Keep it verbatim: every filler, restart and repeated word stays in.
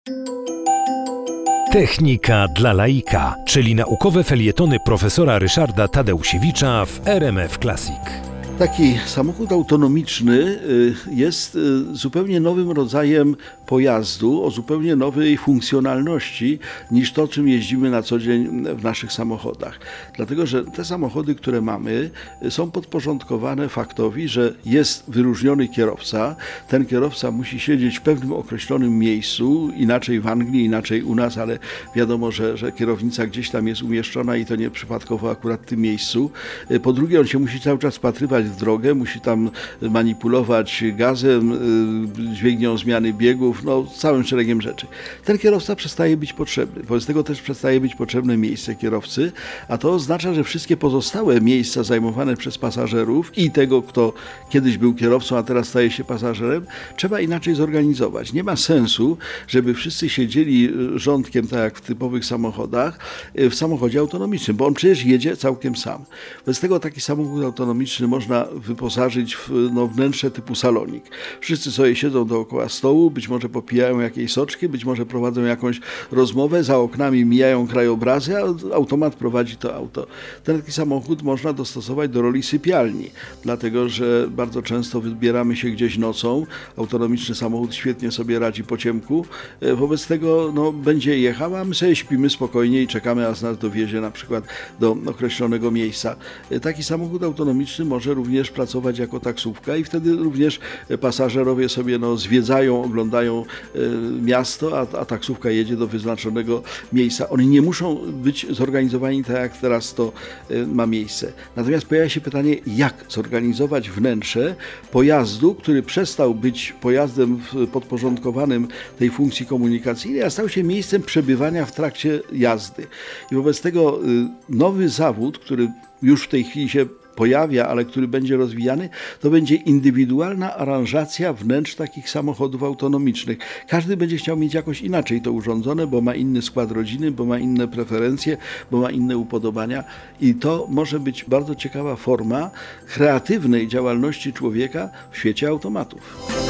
Technika dla laika, czyli naukowe felietony profesora Ryszarda Tadeusiewicza w R M F Classic. Taki samochód autonomiczny jest zupełnie nowym rodzajem pojazdu, o zupełnie nowej funkcjonalności niż to, czym jeździmy na co dzień w naszych samochodach. Dlatego, że te samochody, które mamy, są podporządkowane faktowi, że jest wyróżniony kierowca. Ten kierowca musi siedzieć w pewnym określonym miejscu, inaczej w Anglii, inaczej u nas, ale wiadomo, że, że kierownica gdzieś tam jest umieszczona i to nie przypadkowo akurat w tym miejscu. Po drugie, on się musi cały czas wpatrywać w drogę, musi tam manipulować gazem, dźwignią zmiany biegów, no całym szeregiem rzeczy. Ten kierowca przestaje być potrzebny. Wobec tego też przestaje być potrzebne miejsce kierowcy, a to oznacza, że wszystkie pozostałe miejsca zajmowane przez pasażerów i tego, kto kiedyś był kierowcą, a teraz staje się pasażerem, trzeba inaczej zorganizować. Nie ma sensu, żeby wszyscy siedzieli rządkiem, tak jak w typowych samochodach, w samochodzie autonomicznym, bo on przecież jedzie całkiem sam. Wobec tego taki samochód autonomiczny można wyposażyć w no, wnętrze typu salonik. Wszyscy sobie siedzą dookoła stołu, być może popijają jakieś soczki, być może prowadzą jakąś rozmowę, za oknami mijają krajobrazy, a automat prowadzi to auto. Ten taki samochód można dostosować do roli sypialni, dlatego że bardzo często wybieramy się gdzieś nocą, autonomiczny samochód świetnie sobie radzi po ciemku, wobec tego no, będzie jechał, a my sobie śpimy spokojnie i czekamy, aż nas dowiezie na przykład do określonego miejsca. Taki samochód autonomiczny może również pracować jako taksówka i wtedy również pasażerowie sobie no, zwiedzają, oglądają e, miasto, a, a taksówka jedzie do wyznaczonego miejsca. Oni nie muszą być zorganizowani tak, jak teraz to e, ma miejsce. Natomiast pojawia się pytanie, jak zorganizować wnętrze pojazdu, który przestał być pojazdem podporządkowanym tej funkcji komunikacyjnej, a stał się miejscem przebywania w trakcie jazdy. I wobec tego e, nowy zawód, który już w tej chwili się pojawia, ale który będzie rozwijany, to będzie indywidualna aranżacja wnętrz takich samochodów autonomicznych. Każdy będzie chciał mieć jakoś inaczej to urządzone, bo ma inny skład rodziny, bo ma inne preferencje, bo ma inne upodobania i to może być bardzo ciekawa forma kreatywnej działalności człowieka w świecie automatów.